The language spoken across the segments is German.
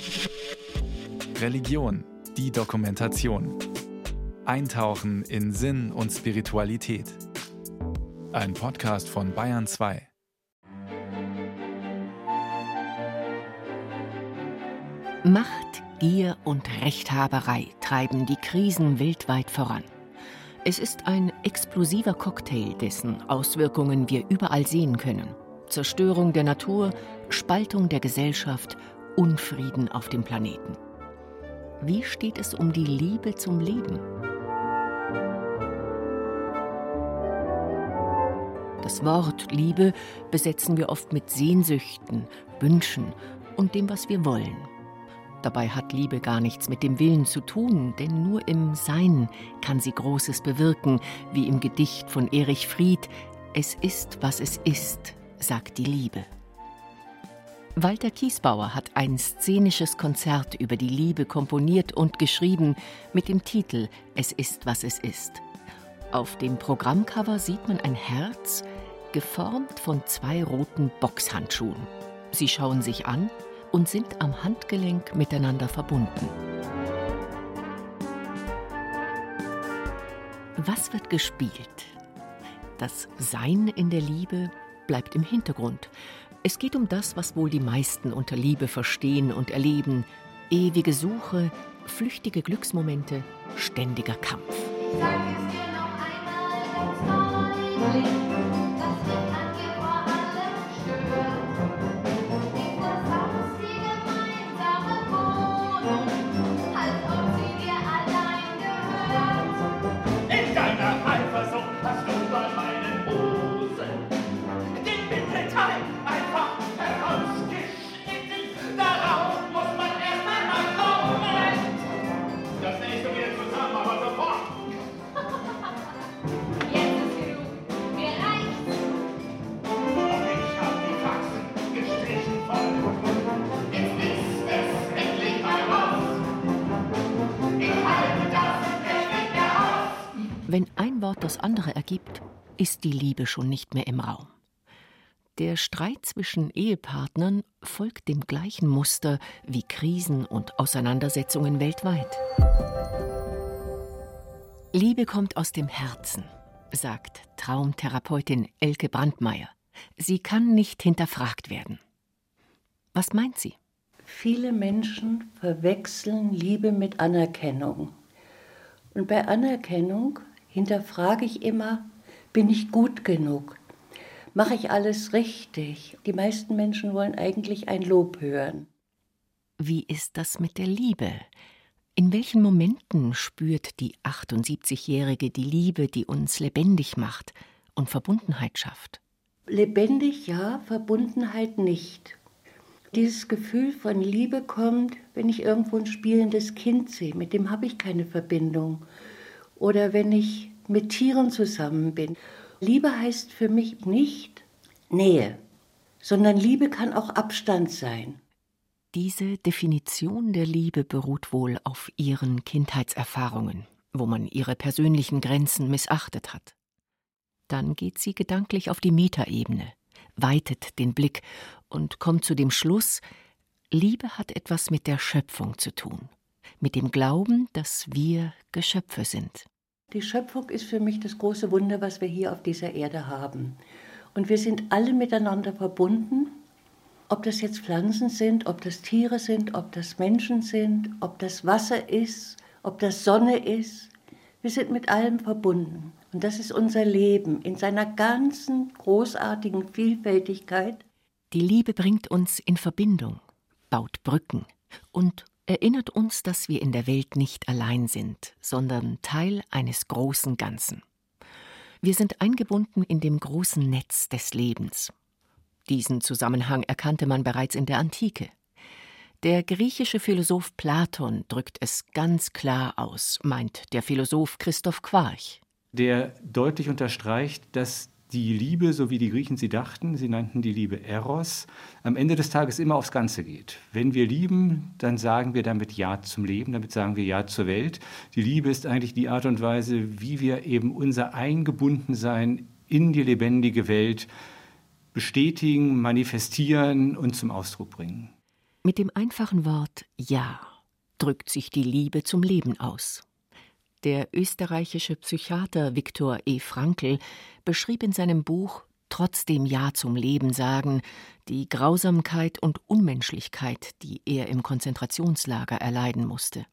Religion, die Dokumentation. Eintauchen in Sinn und Spiritualität. Ein Podcast von Bayern 2. Macht, Gier und Rechthaberei treiben die Krisen weltweit voran. Es ist ein explosiver Cocktail, dessen Auswirkungen wir überall sehen können. Zerstörung der Natur, Spaltung der Gesellschaft, Unfrieden auf dem Planeten. Wie steht es um die Liebe zum Leben? Das Wort Liebe besetzen wir oft mit Sehnsüchten, Wünschen und dem, was wir wollen. Dabei hat Liebe gar nichts mit dem Willen zu tun, denn nur im Sein kann sie Großes bewirken, wie im Gedicht von Erich Fried: Es ist, was es ist, sagt die Liebe. Walter Kiesbauer hat ein szenisches Konzert über die Liebe komponiert und geschrieben mit dem Titel Es ist, was es ist. Auf dem Programmcover sieht man ein Herz, geformt von 2 roten Boxhandschuhen. Sie schauen sich an und sind am Handgelenk miteinander verbunden. Was wird gespielt? Das Sein in der Liebe bleibt im Hintergrund. Es geht um das, was wohl die meisten unter Liebe verstehen und erleben: ewige Suche, flüchtige Glücksmomente, ständiger Kampf. Ich sag es dir noch einmal ganz deutlich, dass dich an dir vor allem stört. Dieses Haus, die gemeinsame Wohnung, als ob sie dir allein gehört. In deiner Eifersucht hast du bei meinen Hosen den Mittelteil einfach herausgeschnitten. Darauf muss man erst einmal kommen. Das nächste wieder zusammen, aber sofort. Jetzt ist genug, mir reicht's. Und ich hab die Faxen gestrichen voll. Jetzt ist es endlich mal raus. Ich halte das echt nicht mehr aus. Wenn ein Wort das andere ergibt, ist die Liebe schon nicht mehr im Raum. Der Streit zwischen Ehepartnern folgt dem gleichen Muster wie Krisen und Auseinandersetzungen weltweit. Liebe kommt aus dem Herzen, sagt Traumtherapeutin Elke Brandmeier. Sie kann nicht hinterfragt werden. Was meint sie? Viele Menschen verwechseln Liebe mit Anerkennung. Und bei Anerkennung hinterfrage ich immer: Bin ich gut genug? Mache ich alles richtig? Die meisten Menschen wollen eigentlich ein Lob hören. Wie ist das mit der Liebe? In welchen Momenten spürt die 78-Jährige die Liebe, die uns lebendig macht und Verbundenheit schafft? Lebendig ja, Verbundenheit nicht. Dieses Gefühl von Liebe kommt, wenn ich irgendwo ein spielendes Kind sehe, mit dem habe ich keine Verbindung. Oder wenn ich mit Tieren zusammen bin. Liebe heißt für mich nicht Nähe, sondern Liebe kann auch Abstand sein. Diese Definition der Liebe beruht wohl auf ihren Kindheitserfahrungen, wo man ihre persönlichen Grenzen missachtet hat. Dann geht sie gedanklich auf die Metaebene, weitet den Blick und kommt zu dem Schluss: Liebe hat etwas mit der Schöpfung zu tun, mit dem Glauben, dass wir Geschöpfe sind. Die Schöpfung ist für mich das große Wunder, was wir hier auf dieser Erde haben. Und wir sind alle miteinander verbunden, ob das jetzt Pflanzen sind, ob das Tiere sind, ob das Menschen sind, ob das Wasser ist, ob das Sonne ist. Wir sind mit allem verbunden. Und das ist unser Leben in seiner ganzen großartigen Vielfältigkeit. Die Liebe bringt uns in Verbindung, baut Brücken und erinnert uns, dass wir in der Welt nicht allein sind, sondern Teil eines großen Ganzen. Wir sind eingebunden in dem großen Netz des Lebens. Diesen Zusammenhang erkannte man bereits in der Antike. Der griechische Philosoph Platon drückt es ganz klar aus, meint der Philosoph Christoph Quarch. Der deutlich unterstreicht, dass die Liebe, so wie die Griechen sie dachten, sie nannten die Liebe Eros, am Ende des Tages immer aufs Ganze geht. Wenn wir lieben, dann sagen wir damit Ja zum Leben, damit sagen wir Ja zur Welt. Die Liebe ist eigentlich die Art und Weise, wie wir eben unser Eingebundensein in die lebendige Welt bestätigen, manifestieren und zum Ausdruck bringen. Mit dem einfachen Wort Ja drückt sich die Liebe zum Leben aus. Der österreichische Psychiater Viktor E. Frankl beschrieb in seinem Buch Trotzdem Ja zum Leben sagen die Grausamkeit und Unmenschlichkeit, die er im Konzentrationslager erleiden musste.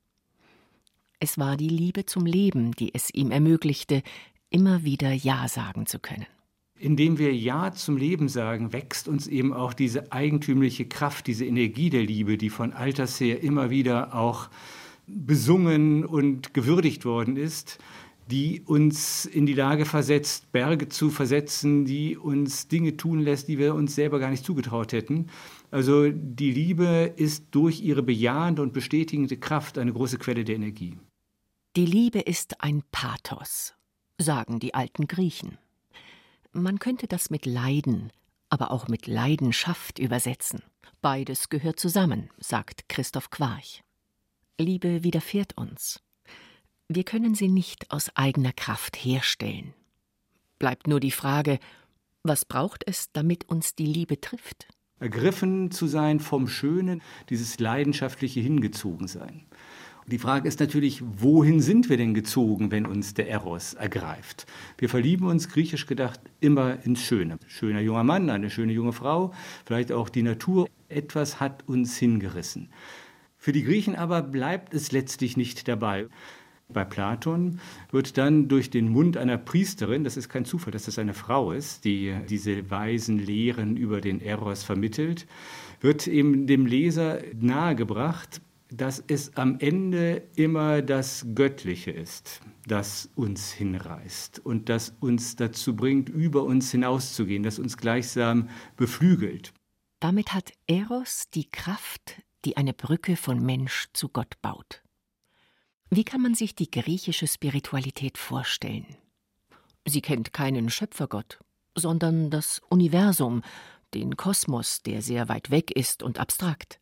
Es war die Liebe zum Leben, die es ihm ermöglichte, immer wieder Ja sagen zu können. Indem wir Ja zum Leben sagen, wächst uns eben auch diese eigentümliche Kraft, diese Energie der Liebe, die von alters her immer wieder auch besungen und gewürdigt worden ist, die uns in die Lage versetzt, Berge zu versetzen, die uns Dinge tun lässt, die wir uns selber gar nicht zugetraut hätten. Also die Liebe ist durch ihre bejahende und bestätigende Kraft eine große Quelle der Energie. Die Liebe ist ein Pathos, sagen die alten Griechen. Man könnte das mit Leiden, aber auch mit Leidenschaft übersetzen. Beides gehört zusammen, sagt Christoph Quarch. Liebe widerfährt uns. Wir können sie nicht aus eigener Kraft herstellen. Bleibt nur die Frage, was braucht es, damit uns die Liebe trifft? Ergriffen zu sein vom Schönen, dieses leidenschaftliche Hingezogensein. Die Frage ist natürlich, wohin sind wir denn gezogen, wenn uns der Eros ergreift? Wir verlieben uns, griechisch gedacht, immer ins Schöne. Schöner junger Mann, eine schöne junge Frau, vielleicht auch die Natur. Etwas hat uns hingerissen. Für die Griechen aber bleibt es letztlich nicht dabei. Bei Platon wird dann durch den Mund einer Priesterin, das ist kein Zufall, dass das eine Frau ist, die diese weisen Lehren über den Eros vermittelt, wird eben dem Leser nahegebracht, dass es am Ende immer das Göttliche ist, das uns hinreißt und das uns dazu bringt, über uns hinauszugehen, das uns gleichsam beflügelt. Damit hat Eros die Kraft, die eine Brücke von Mensch zu Gott baut. Wie kann man sich die griechische Spiritualität vorstellen? Sie kennt keinen Schöpfergott, sondern das Universum, den Kosmos, der sehr weit weg ist und abstrakt.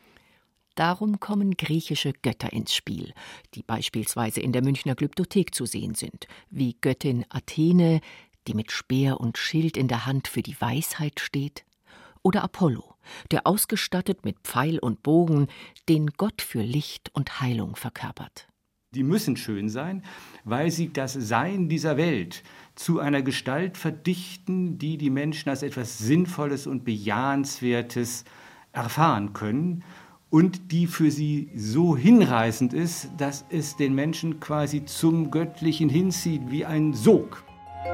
Darum kommen griechische Götter ins Spiel, die beispielsweise in der Münchner Glyptothek zu sehen sind, wie Göttin Athene, die mit Speer und Schild in der Hand für die Weisheit steht, oder Apollo, der ausgestattet mit Pfeil und Bogen den Gott für Licht und Heilung verkörpert. Die müssen schön sein, weil sie das Sein dieser Welt zu einer Gestalt verdichten, die die Menschen als etwas Sinnvolles und Bejahenswertes erfahren können und die für sie so hinreißend ist, dass es den Menschen quasi zum Göttlichen hinzieht, wie ein Sog.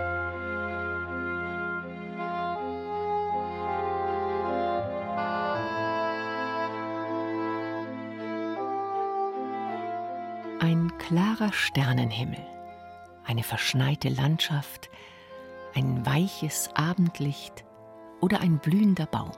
Ein klarer Sternenhimmel, eine verschneite Landschaft, ein weiches Abendlicht oder ein blühender Baum.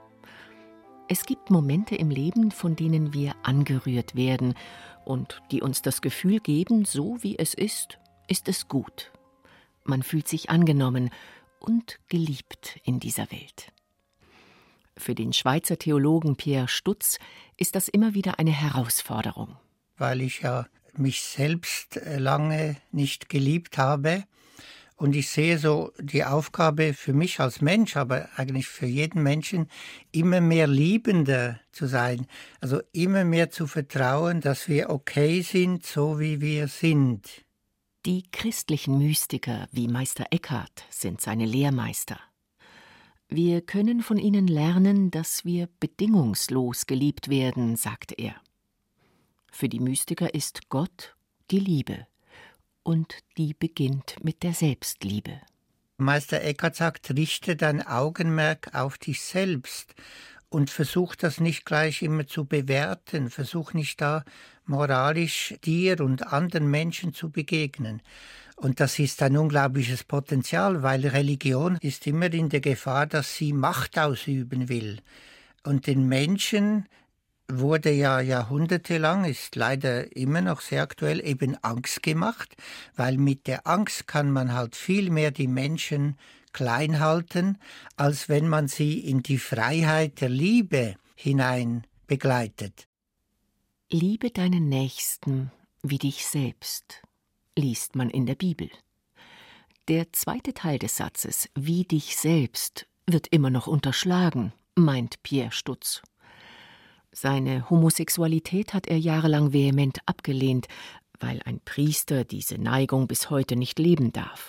Es gibt Momente im Leben, von denen wir angerührt werden und die uns das Gefühl geben, so wie es ist es gut. Man fühlt sich angenommen und geliebt in dieser Welt. Für den Schweizer Theologen Pierre Stutz ist das immer wieder eine Herausforderung. Weil ich ja mich selbst lange nicht geliebt habe. Und ich sehe so die Aufgabe für mich als Mensch, aber eigentlich für jeden Menschen, immer mehr Liebender zu sein. Also immer mehr zu vertrauen, dass wir okay sind, so wie wir sind. Die christlichen Mystiker wie Meister Eckhart sind seine Lehrmeister. Wir können von ihnen lernen, dass wir bedingungslos geliebt werden, sagt er. Für die Mystiker ist Gott die Liebe. Und die beginnt mit der Selbstliebe. Meister Eckhart sagt, richte dein Augenmerk auf dich selbst und versuch das nicht gleich immer zu bewerten. Versuch nicht da moralisch dir und anderen Menschen zu begegnen. Und das ist ein unglaubliches Potenzial, weil Religion ist immer in der Gefahr, dass sie Macht ausüben will. Und den Menschen wurde ja jahrhundertelang, ist leider immer noch sehr aktuell, eben Angst gemacht, weil mit der Angst kann man halt viel mehr die Menschen klein halten, als wenn man sie in die Freiheit der Liebe hinein begleitet. Liebe deinen Nächsten wie dich selbst, liest man in der Bibel. Der zweite Teil des Satzes, wie dich selbst, wird immer noch unterschlagen, meint Pierre Stutz. Seine Homosexualität hat er jahrelang vehement abgelehnt, weil ein Priester diese Neigung bis heute nicht leben darf.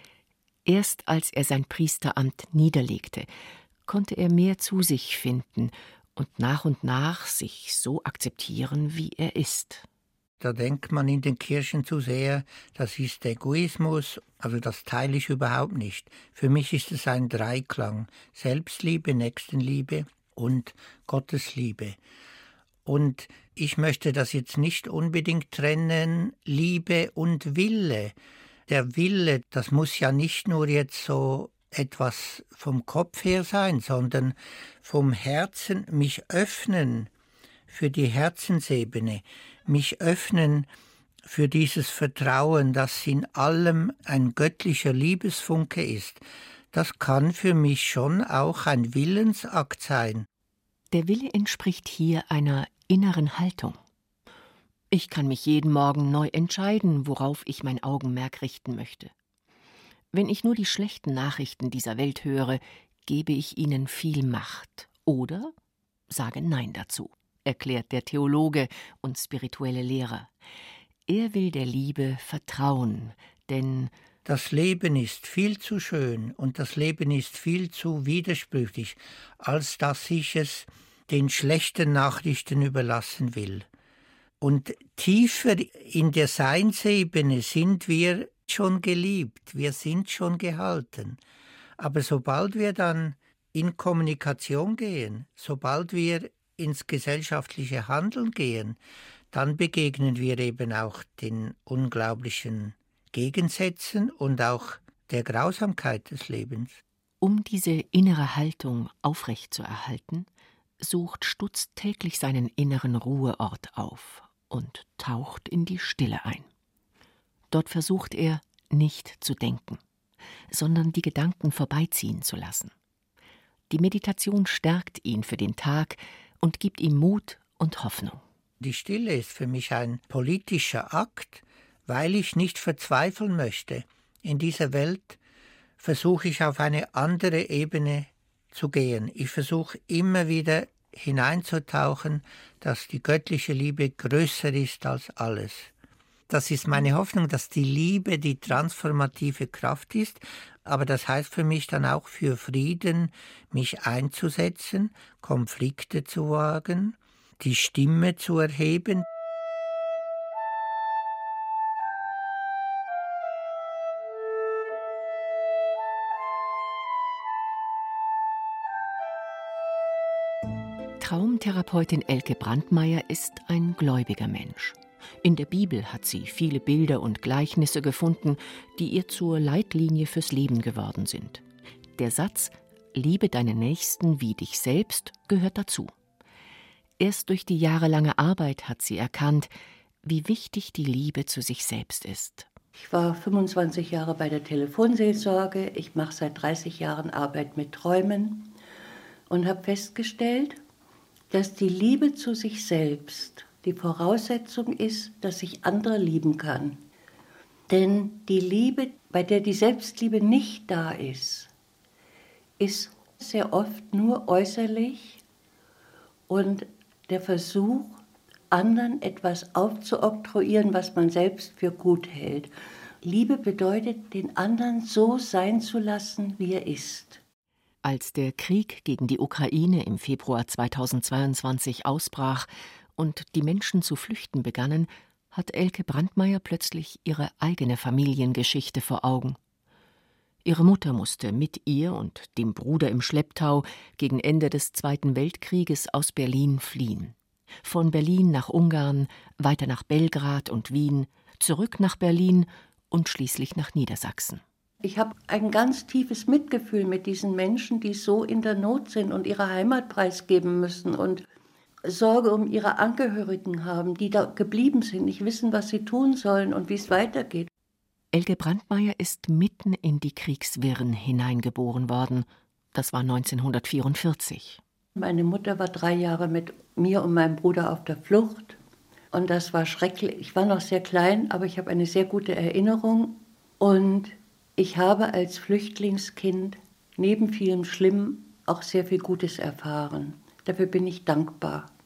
Erst als er sein Priesteramt niederlegte, konnte er mehr zu sich finden und nach sich so akzeptieren, wie er ist. Da denkt man in den Kirchen zu sehr, das ist Egoismus, also das teile ich überhaupt nicht. Für mich ist es ein Dreiklang: Selbstliebe, Nächstenliebe und Gottesliebe. Und ich möchte das jetzt nicht unbedingt trennen, Liebe und Wille. Der Wille, das muss ja nicht nur jetzt so etwas vom Kopf her sein, sondern vom Herzen, mich öffnen für die Herzensebene, mich öffnen für dieses Vertrauen, das in allem ein göttlicher Liebesfunke ist. Das kann für mich schon auch ein Willensakt sein. Der Wille entspricht hier einer inneren Haltung. Ich kann mich jeden Morgen neu entscheiden, worauf ich mein Augenmerk richten möchte. Wenn ich nur die schlechten Nachrichten dieser Welt höre, gebe ich ihnen viel Macht oder sage Nein dazu, erklärt der Theologe und spirituelle Lehrer. Er will der Liebe vertrauen, denn das Leben ist viel zu schön und das Leben ist viel zu widersprüchlich, als dass ich es den schlechten Nachrichten überlassen will. Und tiefer in der Seinsebene sind wir schon geliebt, wir sind schon gehalten. Aber sobald wir dann in Kommunikation gehen, sobald wir ins gesellschaftliche Handeln gehen, dann begegnen wir eben auch den unglaublichen Gegensätzen und auch der Grausamkeit des Lebens. Um diese innere Haltung aufrechtzuerhalten, sucht Stutz täglich seinen inneren Ruheort auf und taucht in die Stille ein. Dort versucht er, nicht zu denken, sondern die Gedanken vorbeiziehen zu lassen. Die Meditation stärkt ihn für den Tag und gibt ihm Mut und Hoffnung. Die Stille ist für mich ein politischer Akt, weil ich nicht verzweifeln möchte. In dieser Welt versuche ich auf eine andere Ebene zu gehen. Ich versuche immer wieder hineinzutauchen, dass die göttliche Liebe größer ist als alles. Das ist meine Hoffnung, dass die Liebe die transformative Kraft ist, aber das heißt für mich dann auch für Frieden, mich einzusetzen, Konflikte zu wagen, die Stimme zu erheben. Traumtherapeutin Elke Brandmeier ist ein gläubiger Mensch. In der Bibel hat sie viele Bilder und Gleichnisse gefunden, die ihr zur Leitlinie fürs Leben geworden sind. Der Satz »Liebe deinen Nächsten wie dich selbst« gehört dazu. Erst durch die jahrelange Arbeit hat sie erkannt, wie wichtig die Liebe zu sich selbst ist. Ich war 25 Jahre bei der Telefonseelsorge. Ich mache seit 30 Jahren Arbeit mit Träumen und habe festgestellt, dass die Liebe zu sich selbst die Voraussetzung ist, dass ich andere lieben kann. Denn die Liebe, bei der die Selbstliebe nicht da ist sehr oft nur äußerlich und der Versuch, anderen etwas aufzuoktroyieren, was man selbst für gut hält. Liebe bedeutet, den anderen so sein zu lassen, wie er ist. Als der Krieg gegen die Ukraine im Februar 2022 ausbrach und die Menschen zu flüchten begannen, hat Elke Brandmeier plötzlich ihre eigene Familiengeschichte vor Augen. Ihre Mutter musste mit ihr und dem Bruder im Schlepptau gegen Ende des Zweiten Weltkrieges aus Berlin fliehen. Von Berlin nach Ungarn, weiter nach Belgrad und Wien, zurück nach Berlin und schließlich nach Niedersachsen. Ich habe ein ganz tiefes Mitgefühl mit diesen Menschen, die so in der Not sind und ihre Heimat preisgeben müssen und Sorge um ihre Angehörigen haben, die da geblieben sind, nicht wissen, was sie tun sollen und wie es weitergeht. Elke Brandmeier ist mitten in die Kriegswirren hineingeboren worden. Das war 1944. Meine Mutter war 3 Jahre mit mir und meinem Bruder auf der Flucht. Und das war schrecklich. Ich war noch sehr klein, aber ich habe eine sehr gute Erinnerung. Und ich habe als Flüchtlingskind neben vielem Schlimmen auch sehr viel Gutes erfahren. Dafür bin ich dankbar.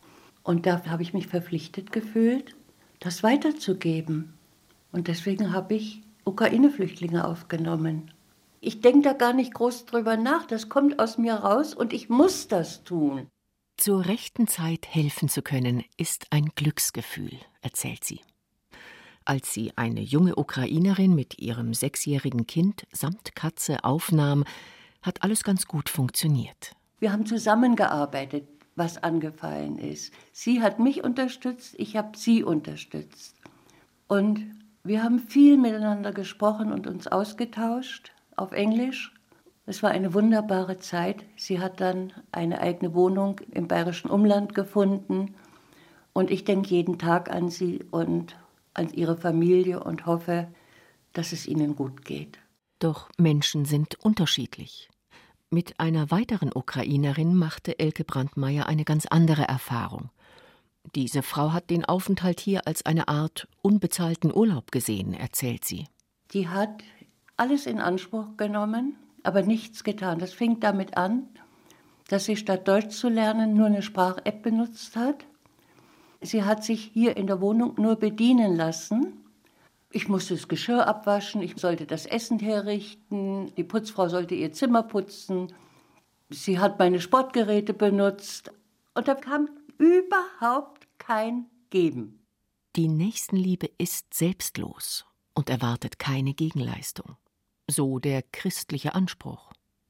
Und da habe ich mich verpflichtet gefühlt, das weiterzugeben. Und deswegen habe ich Ukraine-Flüchtlinge aufgenommen. Ich denke da gar nicht groß drüber nach, das kommt aus mir raus und ich muss das tun. Zur rechten Zeit helfen zu können, ist ein Glücksgefühl, erzählt sie. Als sie eine junge Ukrainerin mit ihrem 6-jährigen Kind samt Katze aufnahm, hat alles ganz gut funktioniert. Wir haben zusammengearbeitet, was angefallen ist. Sie hat mich unterstützt, ich habe sie unterstützt. Und wir haben viel miteinander gesprochen und uns ausgetauscht auf Englisch. Es war eine wunderbare Zeit. Sie hat dann eine eigene Wohnung im bayerischen Umland gefunden. Und ich denke jeden Tag an sie und an ihre Familie und hoffe, dass es ihnen gut geht. Doch Menschen sind unterschiedlich. Mit einer weiteren Ukrainerin machte Elke Brandmeier eine ganz andere Erfahrung. Diese Frau hat den Aufenthalt hier als eine Art unbezahlten Urlaub gesehen, erzählt sie. Die hat alles in Anspruch genommen, aber nichts getan. Das fing damit an, dass sie statt Deutsch zu lernen nur eine Sprach-App benutzt hat. Sie hat sich hier in der Wohnung nur bedienen lassen. Ich musste das Geschirr abwaschen, ich sollte das Essen herrichten, die Putzfrau sollte ihr Zimmer putzen. Sie hat meine Sportgeräte benutzt und da kam überhaupt kein Geben. Die Nächstenliebe ist selbstlos und erwartet keine Gegenleistung. So der christliche Anspruch.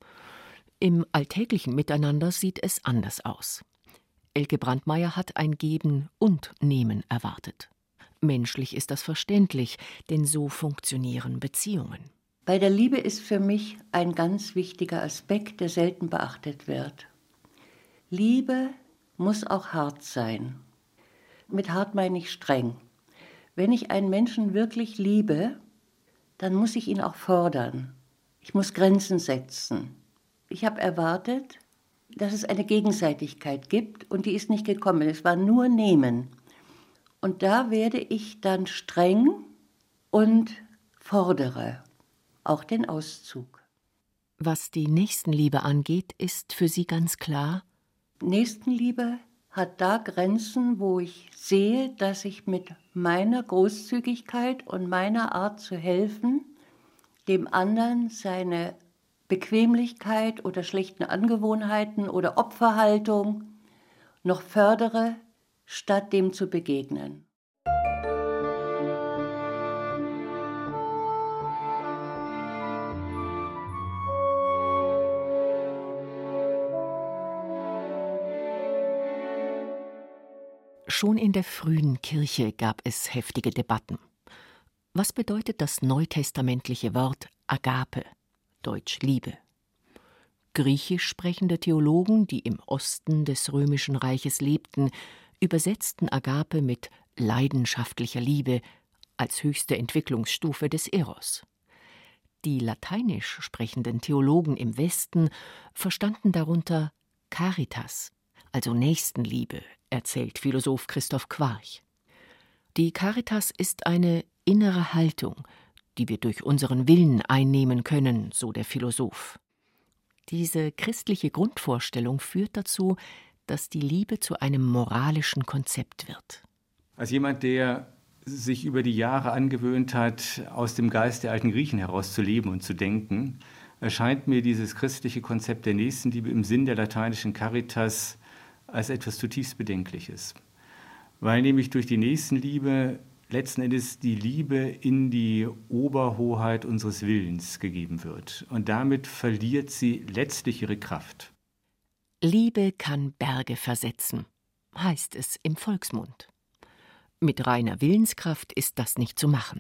Im alltäglichen Miteinander sieht es anders aus. Elke Brandmeier hat ein Geben und Nehmen erwartet. Menschlich ist das verständlich, denn so funktionieren Beziehungen. Bei der Liebe ist für mich ein ganz wichtiger Aspekt, der selten beachtet wird. Liebe muss auch hart sein. Mit hart meine ich streng. Wenn ich einen Menschen wirklich liebe, dann muss ich ihn auch fordern. Ich muss Grenzen setzen. Ich habe erwartet, dass es eine Gegenseitigkeit gibt und die ist nicht gekommen. Es war nur Nehmen. Und da werde ich dann streng und fordere auch den Auszug. Was die Nächstenliebe angeht, ist für sie ganz klar: Nächstenliebe hat da Grenzen, wo ich sehe, dass ich mit meiner Großzügigkeit und meiner Art zu helfen, dem anderen seine Bequemlichkeit oder schlechten Angewohnheiten oder Opferhaltung noch fördere, statt dem zu begegnen. Schon in der frühen Kirche gab es heftige Debatten. Was bedeutet das neutestamentliche Wort Agape, deutsch Liebe? Griechisch sprechende Theologen, die im Osten des Römischen Reiches lebten, übersetzten Agape mit leidenschaftlicher Liebe als höchste Entwicklungsstufe des Eros. Die lateinisch sprechenden Theologen im Westen verstanden darunter Caritas, also Nächstenliebe, erzählt Philosoph Christoph Quarch. Die Caritas ist eine innere Haltung, die wir durch unseren Willen einnehmen können, so der Philosoph. Diese christliche Grundvorstellung führt dazu, dass die Liebe zu einem moralischen Konzept wird. Als jemand, der sich über die Jahre angewöhnt hat, aus dem Geist der alten Griechen heraus zu leben und zu denken, erscheint mir dieses christliche Konzept der Nächstenliebe im Sinn der lateinischen Caritas als etwas zutiefst Bedenkliches. Weil nämlich durch die Nächstenliebe letzten Endes die Liebe in die Oberhoheit unseres Willens gegeben wird. Und damit verliert sie letztlich ihre Kraft. Liebe kann Berge versetzen, heißt es im Volksmund. Mit reiner Willenskraft ist das nicht zu machen.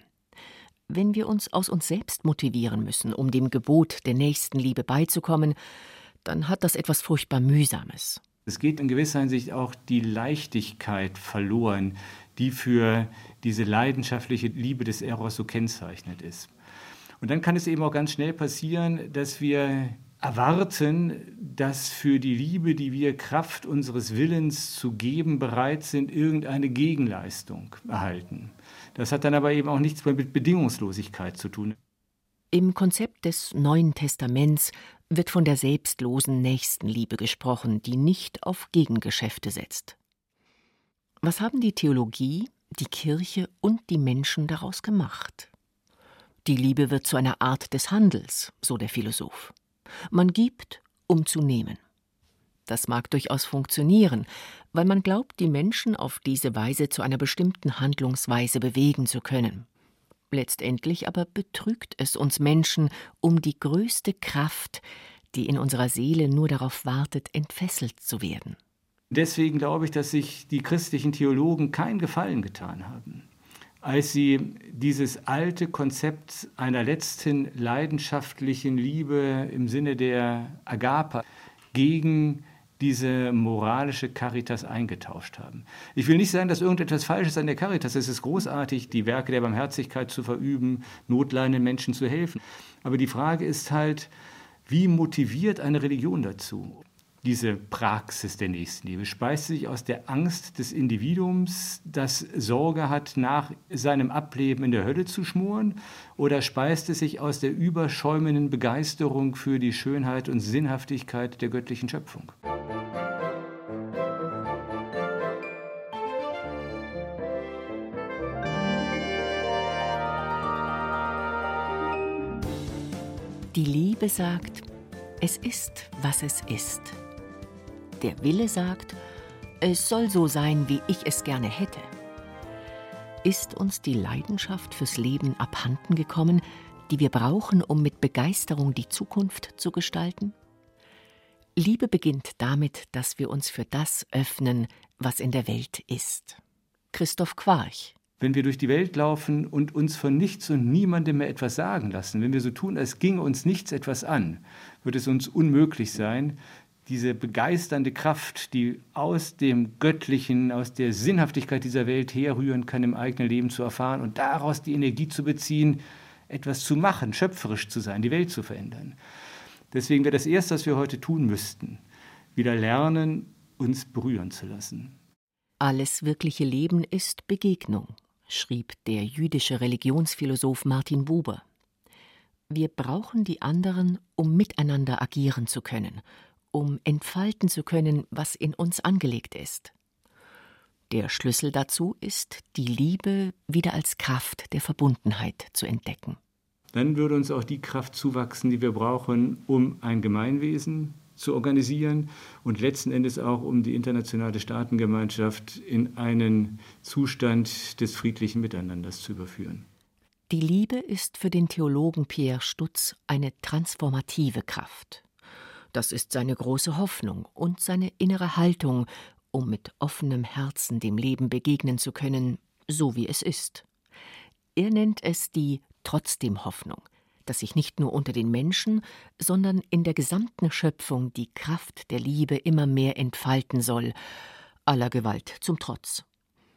Wenn wir uns aus uns selbst motivieren müssen, um dem Gebot der Nächstenliebe beizukommen, dann hat das etwas furchtbar Mühsames. Es geht in gewisser Hinsicht auch die Leichtigkeit verloren, die für diese leidenschaftliche Liebe des Eros so kennzeichnend ist. Und dann kann es eben auch ganz schnell passieren, dass wir erwarten, dass für die Liebe, die wir Kraft unseres Willens zu geben bereit sind, irgendeine Gegenleistung erhalten. Das hat dann aber eben auch nichts mehr mit Bedingungslosigkeit zu tun. Im Konzept des Neuen Testaments wird von der selbstlosen Nächstenliebe gesprochen, die nicht auf Gegengeschäfte setzt. Was haben die Theologie, die Kirche und die Menschen daraus gemacht? Die Liebe wird zu einer Art des Handels, so der Philosoph. Man gibt, um zu nehmen. Das mag durchaus funktionieren, weil man glaubt, die Menschen auf diese Weise zu einer bestimmten Handlungsweise bewegen zu können. Letztendlich aber betrügt es uns Menschen um die größte Kraft, die in unserer Seele nur darauf wartet, entfesselt zu werden. Deswegen glaube ich, dass sich die christlichen Theologen keinen Gefallen getan haben, als sie dieses alte Konzept einer letzten leidenschaftlichen Liebe im Sinne der Agape gegen diese moralische Caritas eingetauscht haben. Ich will nicht sagen, dass irgendetwas falsch ist an der Caritas. Es ist großartig, die Werke der Barmherzigkeit zu verüben, notleidenden Menschen zu helfen. Aber die Frage ist halt, wie motiviert eine Religion dazu? Diese Praxis der Nächstenliebe speist sich aus der Angst des Individuums, das Sorge hat, nach seinem Ableben in der Hölle zu schmoren, oder speist es sich aus der überschäumenden Begeisterung für die Schönheit und Sinnhaftigkeit der göttlichen Schöpfung? Die Liebe sagt, es ist, was es ist. Der Wille sagt, es soll so sein, wie ich es gerne hätte. Ist uns die Leidenschaft fürs Leben abhanden gekommen, die wir brauchen, um mit Begeisterung die Zukunft zu gestalten? Liebe beginnt damit, dass wir uns für das öffnen, was in der Welt ist. Christoph Quarch. Wenn wir durch die Welt laufen und uns von nichts und niemandem mehr etwas sagen lassen, wenn wir so tun, als ginge uns nichts etwas an, wird es uns unmöglich sein, diese begeisternde Kraft, die aus dem Göttlichen, aus der Sinnhaftigkeit dieser Welt herrühren kann, im eigenen Leben zu erfahren und daraus die Energie zu beziehen, etwas zu machen, schöpferisch zu sein, die Welt zu verändern. Deswegen wäre das Erste, was wir heute tun müssten, wieder lernen, uns berühren zu lassen. Alles wirkliche Leben ist Begegnung, schrieb der jüdische Religionsphilosoph Martin Buber. Wir brauchen die anderen, um miteinander agieren zu können, um entfalten zu können, was in uns angelegt ist. Der Schlüssel dazu ist, die Liebe wieder als Kraft der Verbundenheit zu entdecken. Dann würde uns auch die Kraft zuwachsen, die wir brauchen, um ein Gemeinwesen zu organisieren und letzten Endes auch um die internationale Staatengemeinschaft in einen Zustand des friedlichen Miteinanders zu überführen. Die Liebe ist für den Theologen Pierre Stutz eine transformative Kraft. Das ist seine große Hoffnung und seine innere Haltung, um mit offenem Herzen dem Leben begegnen zu können, so wie es ist. Er nennt es die Trotzdem-Hoffnung, dass sich nicht nur unter den Menschen, sondern in der gesamten Schöpfung die Kraft der Liebe immer mehr entfalten soll, aller Gewalt zum Trotz.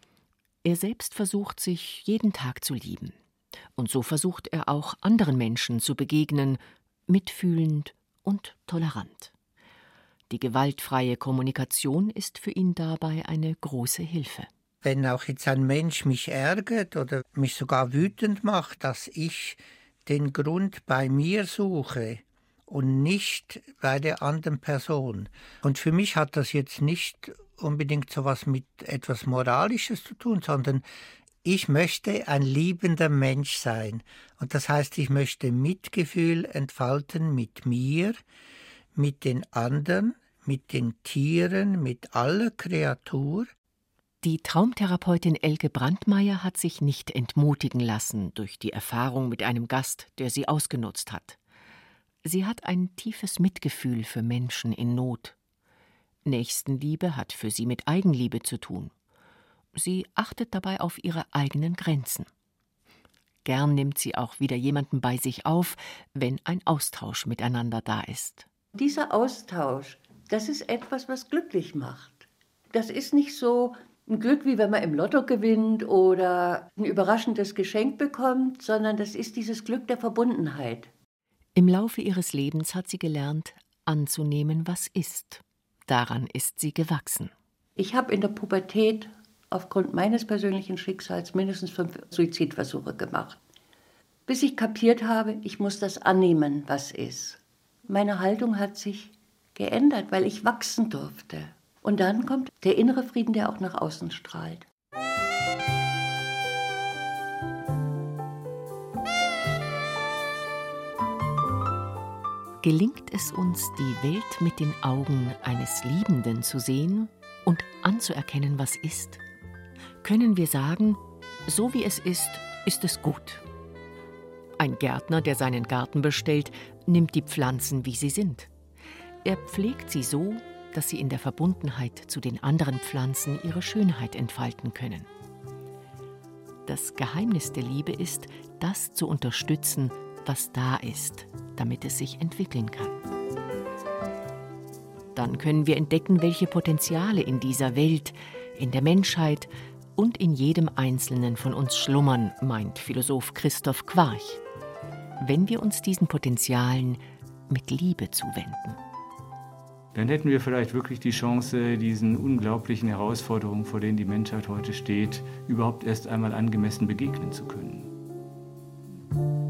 Er selbst versucht, sich jeden Tag zu lieben. Und so versucht er auch, anderen Menschen zu begegnen, mitfühlend und tolerant. Die gewaltfreie Kommunikation ist für ihn dabei eine große Hilfe. Wenn auch jetzt ein Mensch mich ärgert oder mich sogar wütend macht, dass ich den Grund bei mir suche und nicht bei der anderen Person. Und für mich hat das jetzt nicht unbedingt so was mit etwas Moralisches zu tun, sondern ich möchte ein liebender Mensch sein. Und das heißt, ich möchte Mitgefühl entfalten mit mir, mit den anderen, mit den Tieren, mit aller Kreatur. Die Traumtherapeutin Elke Brandmeier hat sich nicht entmutigen lassen durch die Erfahrung mit einem Gast, der sie ausgenutzt hat. Sie hat ein tiefes Mitgefühl für Menschen in Not. Nächstenliebe hat für sie mit Eigenliebe zu tun. Sie achtet dabei auf ihre eigenen Grenzen. Gern nimmt sie auch wieder jemanden bei sich auf, wenn ein Austausch miteinander da ist. Dieser Austausch, das ist etwas, was glücklich macht. Das ist nicht so ein Glück, wie wenn man im Lotto gewinnt oder ein überraschendes Geschenk bekommt, sondern das ist dieses Glück der Verbundenheit. Im Laufe ihres Lebens hat sie gelernt, anzunehmen, was ist. Daran ist sie gewachsen. Ich habe in der Pubertät aufgrund meines persönlichen Schicksals mindestens 5 Suizidversuche gemacht. Bis ich kapiert habe, ich muss das annehmen, was ist. Meine Haltung hat sich geändert, weil ich wachsen durfte. Und dann kommt der innere Frieden, der auch nach außen strahlt. Gelingt es uns, die Welt mit den Augen eines Liebenden zu sehen und anzuerkennen, was ist? Können wir sagen, so wie es ist es gut. Ein Gärtner, der seinen Garten bestellt, nimmt die Pflanzen, wie sie sind. Er pflegt sie so, dass sie in der Verbundenheit zu den anderen Pflanzen ihre Schönheit entfalten können. Das Geheimnis der Liebe ist, das zu unterstützen, was da ist, damit es sich entwickeln kann. Dann können wir entdecken, welche Potenziale in dieser Welt, in der Menschheit und in jedem Einzelnen von uns schlummern, meint Philosoph Christoph Quarch, wenn wir uns diesen Potenzialen mit Liebe zuwenden. Dann hätten wir vielleicht wirklich die Chance, diesen unglaublichen Herausforderungen, vor denen die Menschheit heute steht, überhaupt erst einmal angemessen begegnen zu können.